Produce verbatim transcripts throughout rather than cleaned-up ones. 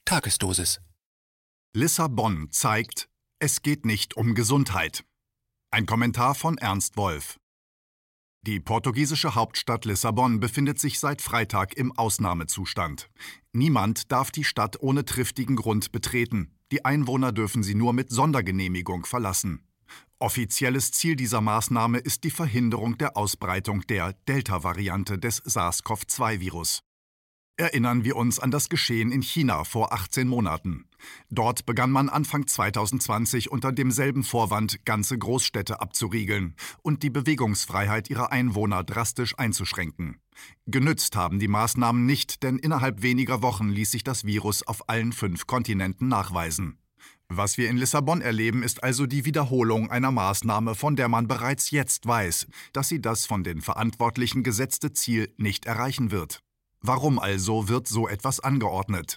Tagesdosis. Lissabon zeigt, es geht nicht um Gesundheit. Ein Kommentar von Ernst Wolf. Die portugiesische Hauptstadt Lissabon befindet sich seit Freitag im Ausnahmezustand. Niemand darf die Stadt ohne triftigen Grund betreten. Die Einwohner dürfen sie nur mit Sondergenehmigung verlassen. Offizielles Ziel dieser Maßnahme ist die Verhinderung der Ausbreitung der Delta-Variante des SARS-C o V zwei Virus. Erinnern wir uns an das Geschehen in China vor achtzehn Monaten. Dort begann man Anfang zweitausendzwanzig unter demselben Vorwand, ganze Großstädte abzuriegeln und die Bewegungsfreiheit ihrer Einwohner drastisch einzuschränken. Genützt haben die Maßnahmen nicht, denn innerhalb weniger Wochen ließ sich das Virus auf allen fünf Kontinenten nachweisen. Was wir in Lissabon erleben, ist also die Wiederholung einer Maßnahme, von der man bereits jetzt weiß, dass sie das von den Verantwortlichen gesetzte Ziel nicht erreichen wird. Warum also wird so etwas angeordnet?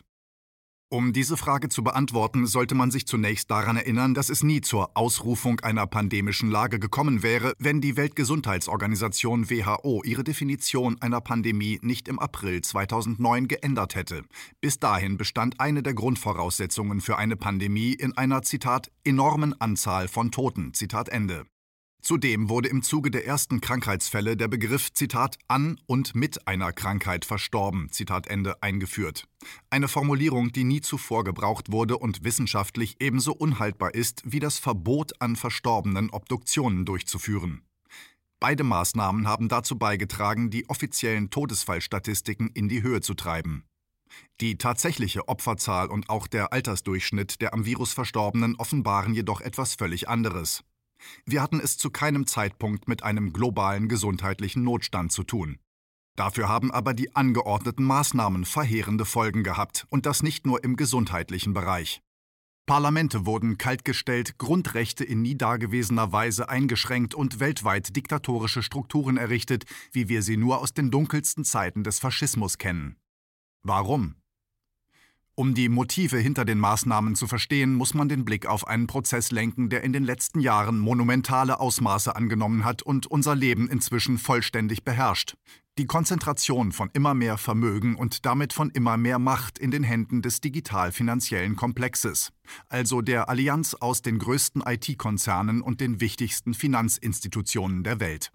Um diese Frage zu beantworten, sollte man sich zunächst daran erinnern, dass es nie zur Ausrufung einer pandemischen Lage gekommen wäre, wenn die Weltgesundheitsorganisation W H O ihre Definition einer Pandemie nicht im April zweitausendneun geändert hätte. Bis dahin bestand eine der Grundvoraussetzungen für eine Pandemie in einer, Zitat, enormen Anzahl von Toten, Zitat Ende. Zudem wurde im Zuge der ersten Krankheitsfälle der Begriff, Zitat, an und mit einer Krankheit verstorben, Zitat Ende, eingeführt. Eine Formulierung, die nie zuvor gebraucht wurde und wissenschaftlich ebenso unhaltbar ist, wie das Verbot an Verstorbenen Obduktionen durchzuführen. Beide Maßnahmen haben dazu beigetragen, die offiziellen Todesfallstatistiken in die Höhe zu treiben. Die tatsächliche Opferzahl und auch der Altersdurchschnitt der am Virus Verstorbenen offenbaren jedoch etwas völlig anderes. Wir hatten es zu keinem Zeitpunkt mit einem globalen gesundheitlichen Notstand zu tun. Dafür haben aber die angeordneten Maßnahmen verheerende Folgen gehabt, und das nicht nur im gesundheitlichen Bereich. Parlamente wurden kaltgestellt, Grundrechte in nie dagewesener Weise eingeschränkt und weltweit diktatorische Strukturen errichtet, wie wir sie nur aus den dunkelsten Zeiten des Faschismus kennen. Warum? Um die Motive hinter den Maßnahmen zu verstehen, muss man den Blick auf einen Prozess lenken, der in den letzten Jahren monumentale Ausmaße angenommen hat und unser Leben inzwischen vollständig beherrscht. Die Konzentration von immer mehr Vermögen und damit von immer mehr Macht in den Händen des digital-finanziellen Komplexes, also der Allianz aus den größten I T-Konzernen und den wichtigsten Finanzinstitutionen der Welt.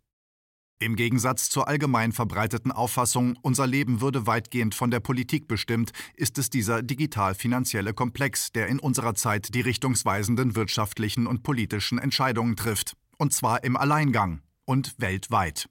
Im Gegensatz zur allgemein verbreiteten Auffassung, unser Leben würde weitgehend von der Politik bestimmt, ist es dieser digital-finanzielle Komplex, der in unserer Zeit die richtungsweisenden wirtschaftlichen und politischen Entscheidungen trifft, und zwar im Alleingang und weltweit.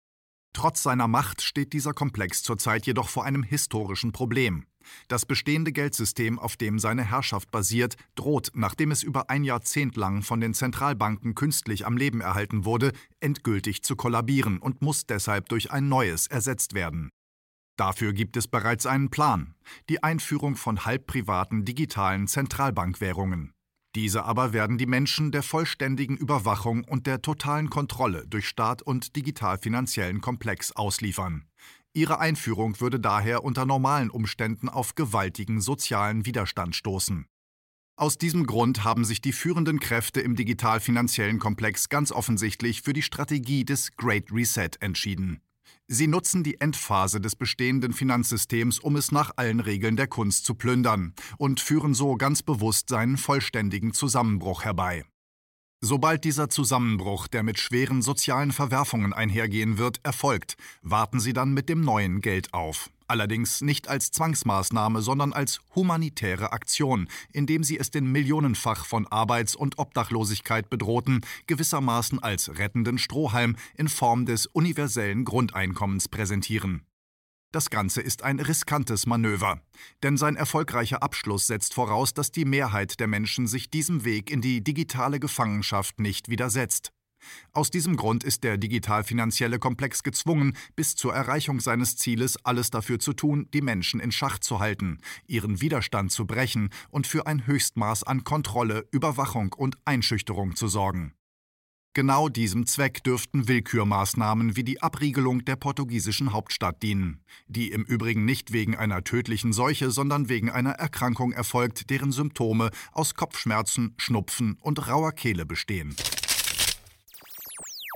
Trotz seiner Macht steht dieser Komplex zurzeit jedoch vor einem historischen Problem. Das bestehende Geldsystem, auf dem seine Herrschaft basiert, droht, nachdem es über ein Jahrzehnt lang von den Zentralbanken künstlich am Leben erhalten wurde, endgültig zu kollabieren und muss deshalb durch ein neues ersetzt werden. Dafür gibt es bereits einen Plan: die Einführung von halbprivaten digitalen Zentralbankwährungen. Diese aber werden die Menschen der vollständigen Überwachung und der totalen Kontrolle durch Staat und digital-finanziellen Komplex ausliefern. Ihre Einführung würde daher unter normalen Umständen auf gewaltigen sozialen Widerstand stoßen. Aus diesem Grund haben sich die führenden Kräfte im digital-finanziellen Komplex ganz offensichtlich für die Strategie des Great Reset entschieden. Sie nutzen die Endphase des bestehenden Finanzsystems, um es nach allen Regeln der Kunst zu plündern, und führen so ganz bewusst seinen vollständigen Zusammenbruch herbei. Sobald dieser Zusammenbruch, der mit schweren sozialen Verwerfungen einhergehen wird, erfolgt, warten sie dann mit dem neuen Geld auf. Allerdings nicht als Zwangsmaßnahme, sondern als humanitäre Aktion, indem sie es den millionenfach von Arbeits- und Obdachlosigkeit bedrohten, gewissermaßen als rettenden Strohhalm in Form des universellen Grundeinkommens präsentieren. Das Ganze ist ein riskantes Manöver, denn sein erfolgreicher Abschluss setzt voraus, dass die Mehrheit der Menschen sich diesem Weg in die digitale Gefangenschaft nicht widersetzt. Aus diesem Grund ist der digital-finanzielle Komplex gezwungen, bis zur Erreichung seines Zieles alles dafür zu tun, die Menschen in Schach zu halten, ihren Widerstand zu brechen und für ein Höchstmaß an Kontrolle, Überwachung und Einschüchterung zu sorgen. Genau diesem Zweck dürften Willkürmaßnahmen wie die Abriegelung der portugiesischen Hauptstadt dienen, die im Übrigen nicht wegen einer tödlichen Seuche, sondern wegen einer Erkrankung erfolgt, deren Symptome aus Kopfschmerzen, Schnupfen und rauer Kehle bestehen.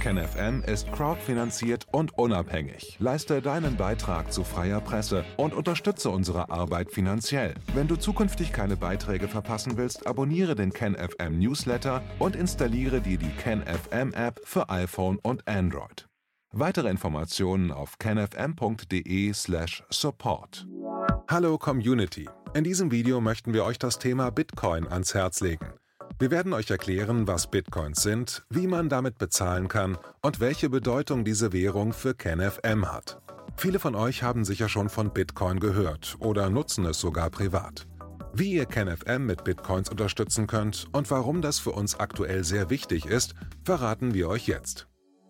KenFM ist crowdfinanziert und unabhängig. Leiste deinen Beitrag zu freier Presse und unterstütze unsere Arbeit finanziell. Wenn du zukünftig keine Beiträge verpassen willst, abonniere den KenFM Newsletter und installiere dir die KenFM App für iPhone und Android. Weitere Informationen auf kenfm punkt de slash support. Hallo Community! In diesem Video möchten wir euch das Thema Bitcoin ans Herz legen. Wir werden euch erklären, was Bitcoins sind, wie man damit bezahlen kann und welche Bedeutung diese Währung für KenFM hat. Viele von euch haben sicher schon von Bitcoin gehört oder nutzen es sogar privat. Wie ihr KenFM mit Bitcoins unterstützen könnt und warum das für uns aktuell sehr wichtig ist, verraten wir euch jetzt.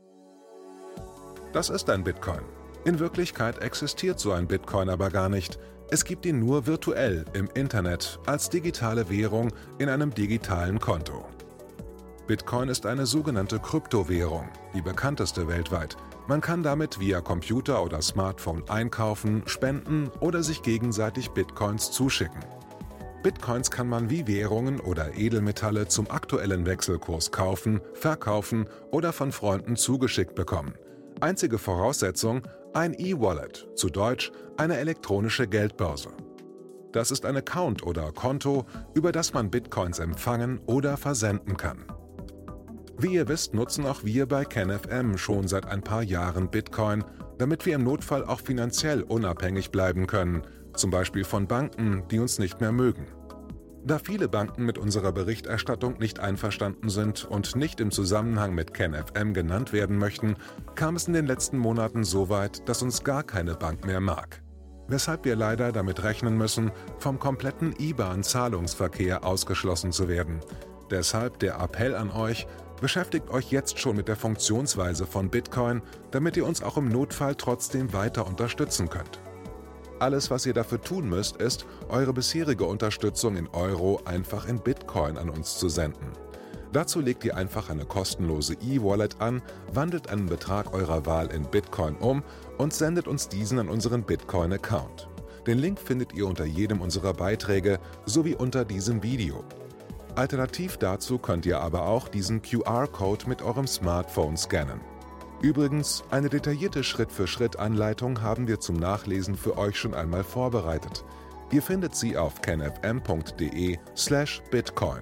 Das ist ein Bitcoin. In Wirklichkeit existiert so ein Bitcoin aber gar nicht. Es gibt ihn nur virtuell im Internet als digitale Währung in einem digitalen Konto. Bitcoin ist eine sogenannte Kryptowährung, die bekannteste weltweit. Man kann damit via Computer oder Smartphone einkaufen, spenden oder sich gegenseitig Bitcoins zuschicken. Bitcoins kann man wie Währungen oder Edelmetalle zum aktuellen Wechselkurs kaufen, verkaufen oder von Freunden zugeschickt bekommen. Einzige Voraussetzung: ein E-Wallet, zu Deutsch eine elektronische Geldbörse. Das ist ein Account oder Konto, über das man Bitcoins empfangen oder versenden kann. Wie ihr wisst, nutzen auch wir bei KenFM schon seit ein paar Jahren Bitcoin, damit wir im Notfall auch finanziell unabhängig bleiben können, zum Beispiel von Banken, die uns nicht mehr mögen. Da viele Banken mit unserer Berichterstattung nicht einverstanden sind und nicht im Zusammenhang mit KenFM genannt werden möchten, kam es in den letzten Monaten so weit, dass uns gar keine Bank mehr mag. Weshalb wir leider damit rechnen müssen, vom kompletten I B A N-Zahlungsverkehr ausgeschlossen zu werden. Deshalb der Appell an euch: Beschäftigt euch jetzt schon mit der Funktionsweise von Bitcoin, damit ihr uns auch im Notfall trotzdem weiter unterstützen könnt. Alles, was ihr dafür tun müsst, ist, eure bisherige Unterstützung in Euro einfach in Bitcoin an uns zu senden. Dazu legt ihr einfach eine kostenlose E-Wallet an, wandelt einen Betrag eurer Wahl in Bitcoin um und sendet uns diesen an unseren Bitcoin-Account. Den Link findet ihr unter jedem unserer Beiträge sowie unter diesem Video. Alternativ dazu könnt ihr aber auch diesen Q R-Code mit eurem Smartphone scannen. Übrigens, eine detaillierte Schritt-für-Schritt-Anleitung haben wir zum Nachlesen für euch schon einmal vorbereitet. Ihr findet sie auf kenfm punkt de slash bitcoin.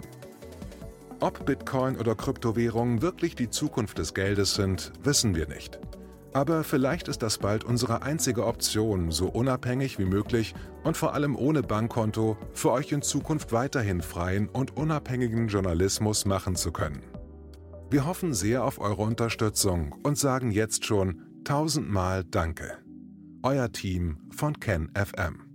Ob Bitcoin oder Kryptowährungen wirklich die Zukunft des Geldes sind, wissen wir nicht. Aber vielleicht ist das bald unsere einzige Option, so unabhängig wie möglich und vor allem ohne Bankkonto für euch in Zukunft weiterhin freien und unabhängigen Journalismus machen zu können. Wir hoffen sehr auf eure Unterstützung und sagen jetzt schon tausendmal Danke. Euer Team von KenFM.